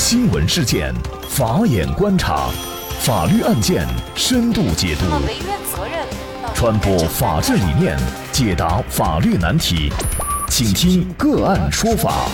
新闻事件，法眼观察，法律案件深度解读，传播法治理念，解答法律难题，请听个案说法。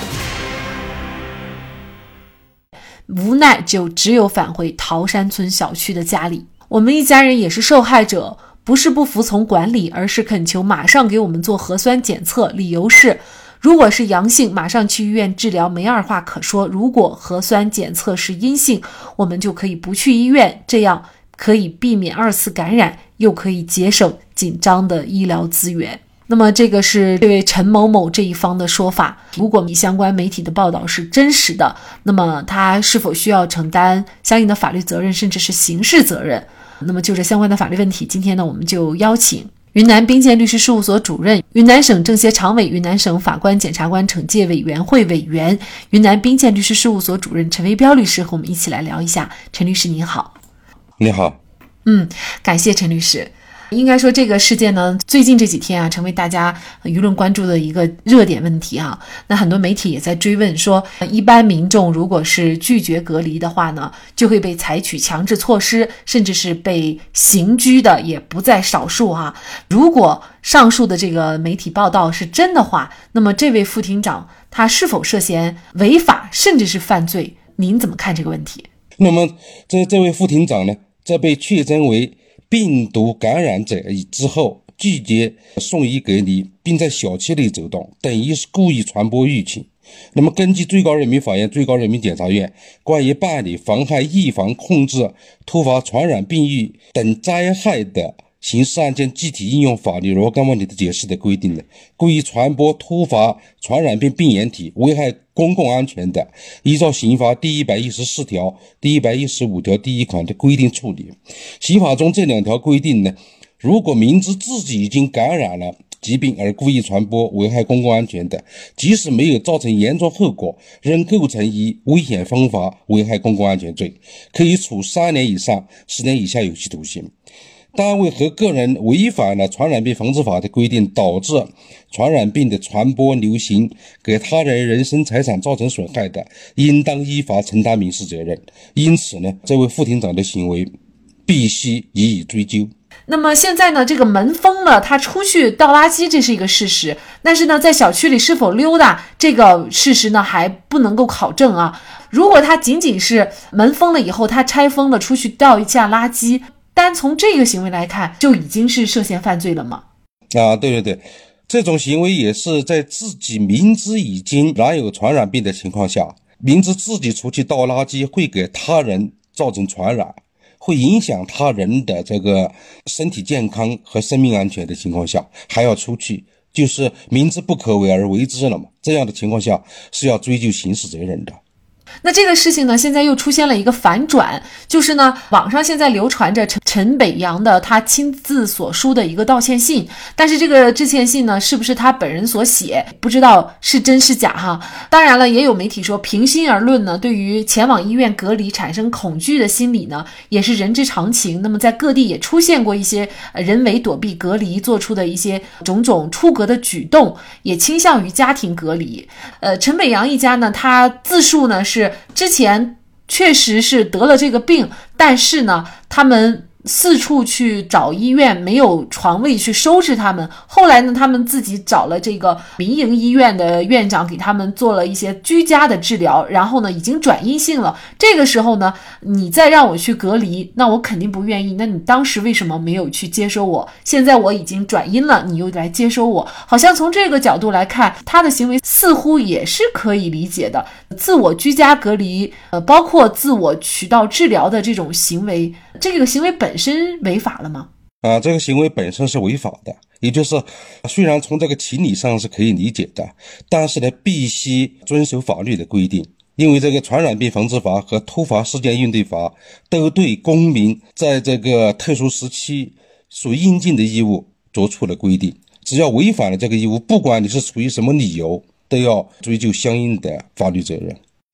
无奈只有返回桃山村小区的家里。我们一家人也是受害者，不是不服从管理，而是恳求马上给我们做核酸检测，理由是如果是阳性，马上去医院治疗，没二话可说；如果核酸检测是阴性，我们就可以不去医院，这样可以避免2次感染，又可以节省紧张的医疗资源。那么这个是这位陈某某这一方的说法，如果相关媒体的报道是真实的，那么他是否需要承担相应的法律责任，甚至是刑事责任？那么就这相关的法律问题，今天呢，我们就邀请云南宾建律师事务所主任、云南省政协常委、云南省法官检察官惩戒委员会委员、云南宾建律师事务所主任陈维彪律师和我们一起来聊一下。陈律师您好。 你好。 感谢陈律师。应该说这个事件呢，最近这几天成为大家舆论关注的一个热点问题那很多媒体也在追问说，一般民众如果是拒绝隔离的话呢，就会被采取强制措施，甚至是被刑拘的也不在少数如果上述的这个媒体报道是真的话，那么这位副厅长他是否涉嫌违法，甚至是犯罪？您怎么看这个问题？ 那么这位副厅长呢，在被确诊为病毒感染者之后，拒绝送医隔离，并在小区内走动，等于是故意传播疫情。那么根据最高人民法院、最高人民检察院关于办理妨害预防、控制突发传染病疫等灾害的刑事案件具体应用法律若干问题的解释的规定的，故意传播突发传染病病原体危害公共安全的，依照刑法第114条、第115条第1款的规定处理。刑法中这2条规定呢，如果明知自己已经感染了疾病而故意传播危害公共安全的，即使没有造成严重后果，仍构成以危险风罚危害公共安全罪，可以处3年以上10年以下有期徒刑。单位和个人违反了传染病防治法的规定，导致传染病的传播流行，给他人人身财产造成损害的，应当依法承担民事责任。因此呢，这位副厅长的行为必须予以追究。 那么现在呢，这个门封了，他出去倒垃圾，这是一个事实，但是呢，在小区里是否溜达，这个事实呢还不能够考证如果他仅仅是门封了以后，他拆封了出去倒一下垃圾，单从这个行为来看，就已经是涉嫌犯罪了吗？ 对，这种行为也是在自己明知已经染有传染病的情况下，明知自己出去倒垃圾会给他人造成传染，会影响他人的这个身体健康和生命安全的情况下，还要出去，就是明知不可为而为之了嘛。这样的情况下是要追究刑事责任的。 那这个事情呢，现在又出现了一个反转，就是呢，网上现在流传着陈北阳的他亲自所书的一个道歉信，但是这个致歉信呢，是不是他本人所写，不知道是真是假当然了，也有媒体说，平心而论呢，对于前往医院隔离产生恐惧的心理呢，也是人之常情。那么在各地也出现过一些人为躲避隔离做出的一些种种出格的举动，也倾向于家庭隔离。陈北阳一家呢，他自述呢是之前确实是得了这个病，但是呢，他们四处去找医院，没有床位去收治他们。后来呢，他们自己找了这个民营医院的院长，给他们做了一些居家的治疗，然后呢，已经转阴性了。这个时候呢，你再让我去隔离，那我肯定不愿意。那你当时为什么没有去接收我？现在我已经转阴了，你又来接收我，好像从这个角度来看，他的行为似乎也是可以理解的。自我居家隔离，包括自我渠道治疗的这种行为，这个行为本身违法了吗？ 这个行为本身是违法的，也就是虽然从这个情理上是可以理解的，但是呢，必须遵守法律的规定。因为这个传染病防治法和突发事件应对法都对公民在这个特殊时期所应尽的义务做出了规定，只要违反了这个义务，不管你是出于什么理由，都要追究相应的法律责任。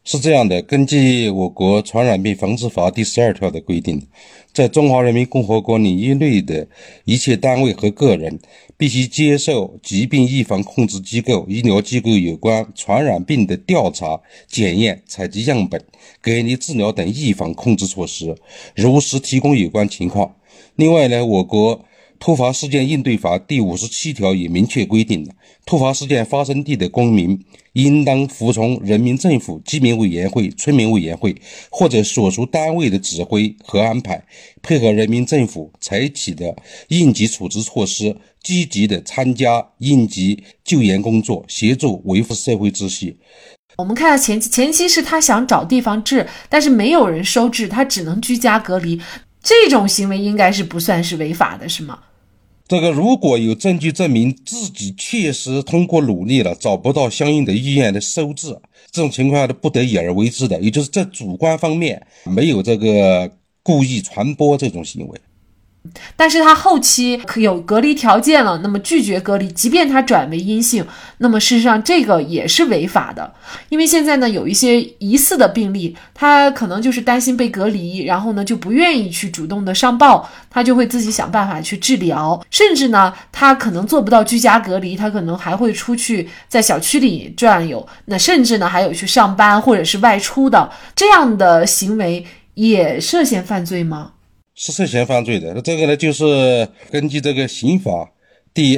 是这样的，根据我国传染病防治法第12条的规定，在中华人民共和国领域内的一切单位和个人必须接受疾病预防控制机构、医疗机构有关传染病的调查、检验、采集样本、隔离治疗等预防控制措施，如实提供有关情况。另外呢，我国突发事件应对法第57条也明确规定了，突发事件发生地的公民应当服从人民政府居民委员会、村民委员会或者所属单位的指挥和安排，配合人民政府采取的应急处置措施，积极的参加应急救援工作，协助维护社会秩序。 我们看前期是他想找地方治，但是没有人收治，他只能居家隔离，这种行为应该是不算是违法的，是吗？ 这个如果有证据证明自己确实通过努力了找不到相应的医院的收治，这种情况下不得已而为之的，也就是在主观方面没有这个故意传播这种行为。 但是他后期有隔离条件了，那么拒绝隔离，即便他转为阴性，那么事实上这个也是违法的。因为现在呢有一些疑似的病例，他可能就是担心被隔离，然后呢就不愿意去主动的上报，他就会自己想办法去治疗，甚至呢他可能做不到居家隔离，他可能还会出去在小区里转悠，那甚至呢还有去上班或者是外出的，这样的行为也涉嫌犯罪吗？ 是涉嫌犯罪的。这个呢就是根据这个刑法第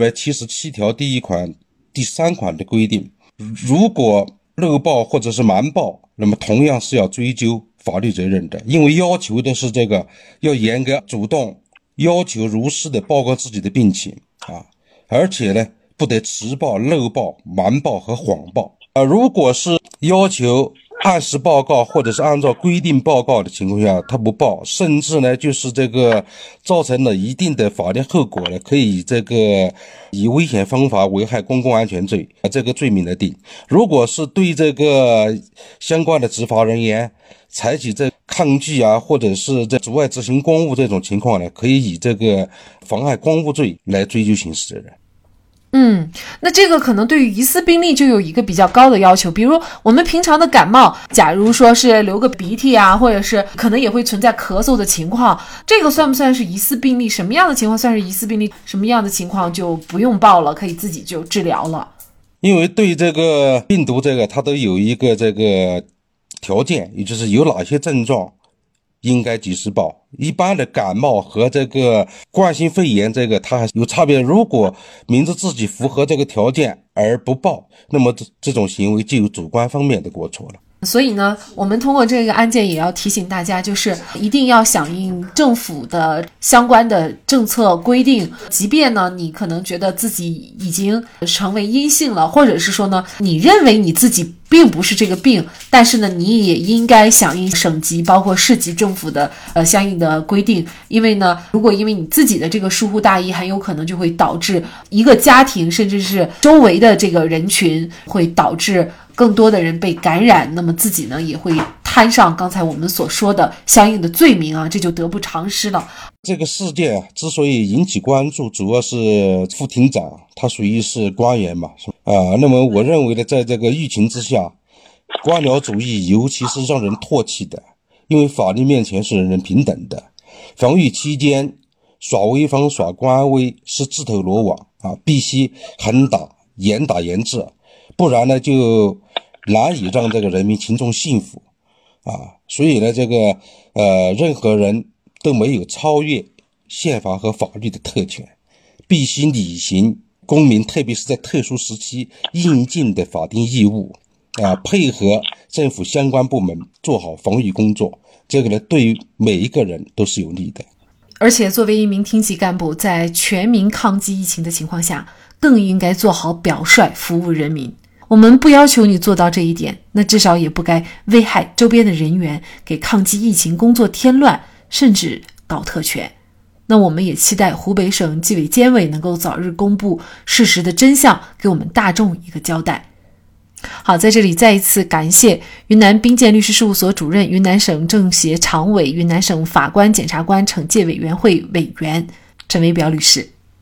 277条第1款第3款的规定，如果漏报或者是瞒报，那么同样是要追究法律责任的，因为要求的是这个要严格主动要求如实的报告自己的病情而且呢不得迟报、漏报、瞒报和谎报。如果是要求按时报告或者是按照规定报告的情况下他不报，甚至呢就是这个造成了一定的法律后果呢，可以这个以危险方法危害公共安全罪这个罪名来定。如果是对这个相关的执法人员采取这抗拒或者是这阻碍执行公务这种情况呢，可以以这个妨害公务罪来追究刑事责任。 那这个可能对于疑似病例就有一个比较高的要求，比如我们平常的感冒，假如说是流个鼻涕或者是可能也会存在咳嗽的情况，这个算不算是疑似病例？什么样的情况算是疑似病例？什么样的情况就不用报了，可以自己就治疗了？ 因为对这个病毒它都有一个这个条件，也就是有哪些症状应该及时报。一般的感冒和这个冠心肺炎它还有差别，如果明知自己符合这个条件而不报，那么这种行为就有主观方面的过错了。 所以呢，我们通过这个案件也要提醒大家，就是一定要响应政府的相关的政策规定，即便呢你可能觉得自己已经成为阴性了，或者是说呢你认为你自己并不是这个病，但是呢你也应该响应省级包括市级政府的相应的规定。因为呢如果因为你自己的这个疏忽大意，很有可能就会导致一个家庭甚至是周围的这个人群会导致更多的人被感染，那么自己呢也会摊上刚才我们所说的相应的罪名这就得不偿失了。 这个事件之所以引起关注，主要是副厅长他属于是官员嘛那么我认为呢，在这个疫情之下，官僚主义尤其是让人唾弃的，因为法律面前是人人平等的。防疫期间耍威风耍官威是自投罗网必须狠打严打严治，不然呢就难以让这个人民群众信服所以呢任何人都没有超越宪法和法律的特权，必须履行公民特别是在特殊时期应尽的法定义务配合政府相关部门做好防御工作，这个呢对于每一个人都是有利的。 而且作为一名厅级干部，在全民抗击疫情的情况下，更应该做好表率服务人民。我们不要求你做到这一点，那至少也不该危害周边的人员，给抗击疫情工作添乱，甚至搞特权。那我们也期待湖北省纪委监委能够早日公布事实的真相，给我们大众一个交代。好，在这里再一次感谢云南冰鉴律师事务所主任、云南省政协常委、云南省法官检察官惩戒委员会委员陈维表律师。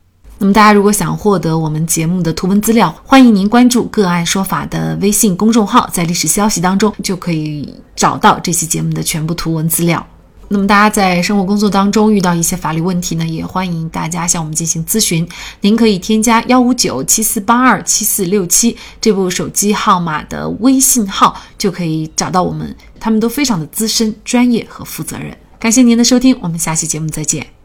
那么大家如果想获得我们节目的图文资料，欢迎您关注个案说法的微信公众号，在历史消息当中就可以找到这期节目的全部图文资料。那么大家在生活工作当中遇到一些法律问题呢，也欢迎大家向我们进行咨询。您可以添加15974827467这部手机号码的微信号，就可以找到我们，他们都非常的资深、专业和负责任。感谢您的收听，我们下期节目再见。